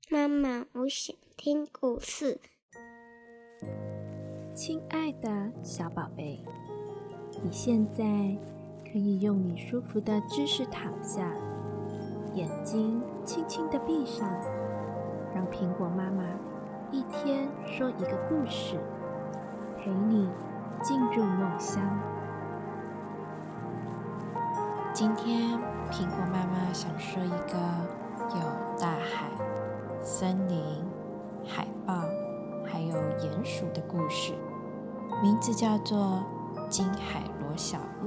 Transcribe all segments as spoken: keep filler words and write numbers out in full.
妈妈，我想听故事。 亲爱的小宝贝，你现在可以用你舒服的姿势躺下，眼睛轻轻地闭上，让苹果妈妈一天说一个故事，陪你进入梦乡。 今天苹果妈妈想说一个有大海、森林、海豹还有鼹鼠的故事，名字叫做《金海螺小屋》。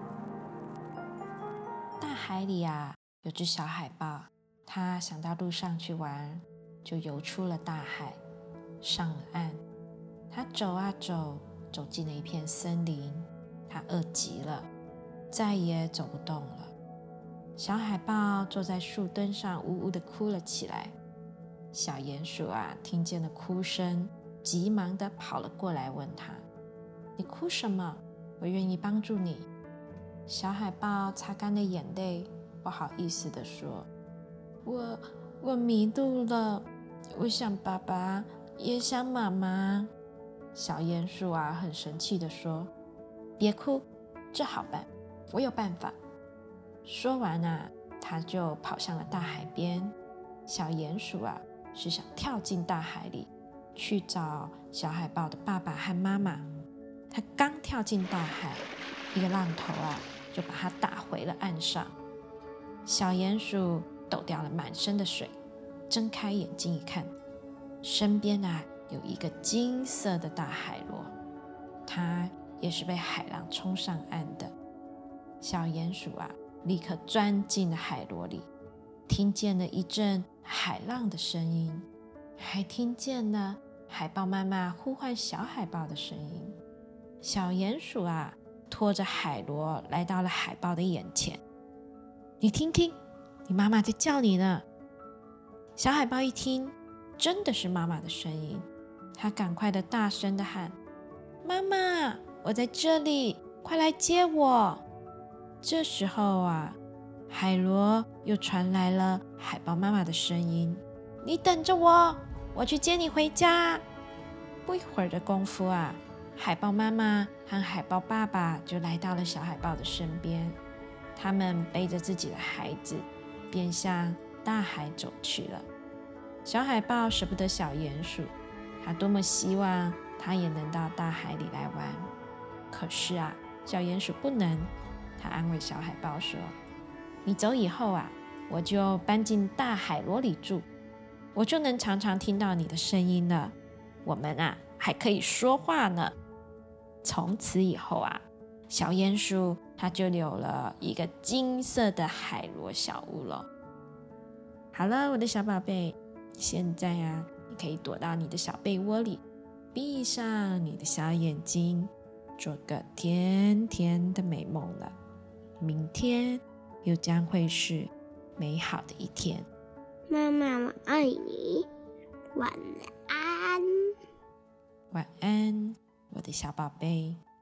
大海里啊，有只小海豹，它想到路上去玩，就游出了大海，上了岸。它走啊走，走进了一片森林，它饿极了，再也走不动了。小海豹坐在树墩上，呜呜地哭了起来。小鼹鼠啊，听见了哭声，急忙地跑了过来，问他：“你哭什么？我愿意帮助你。”小海豹擦干了眼泪，不好意思地说：“我我迷路了，我想爸爸，也想妈妈。”小鼹鼠啊，很生气地说：“别哭，这好办，我有办法。”说完啊，他就跑向了大海边。小鼹鼠啊，是想跳进大海里去找小海豹的爸爸和妈妈。他刚跳进大海，一个浪头啊，就把他打回了岸上。小鼹鼠抖掉了满身的水，睁开眼睛一看，身边啊有一个金色的大海螺，它也是被海浪冲上岸的。小鼹鼠啊，立刻钻进了海螺里，听见了一阵海浪的声音，还听见了海豹妈妈呼唤小海豹的声音。小鼹鼠啊，拖着海螺来到了海豹的眼前。你听听，你妈妈在叫你呢。小海豹一听，真的是妈妈的声音，他赶快的大声的喊：“妈妈，我在这里，快来接我！”这时候啊，海螺又传来了海豹妈妈的声音：“你等着我，我去接你回家。”不一会儿的功夫啊，海豹妈妈和海豹爸爸就来到了小海豹的身边，他们背着自己的孩子，便向大海走去了。小海豹舍不得小鼹鼠，他多么希望他也能到大海里来玩。可是啊，小鼹鼠不能。他安慰小海豹说：“你走以后啊，我就搬进大海螺里住，我就能常常听到你的声音了。我们啊，还可以说话呢。”从此以后啊，小鼹鼠它就有了一个金色的海螺小屋了。好了，我的小宝贝，现在啊，你可以躲到你的小被窝里，闭上你的小眼睛，做个甜甜的美梦了。明天又将会是美好的一天。 妈妈，我爱你，晚安。 晚安，我的小宝贝。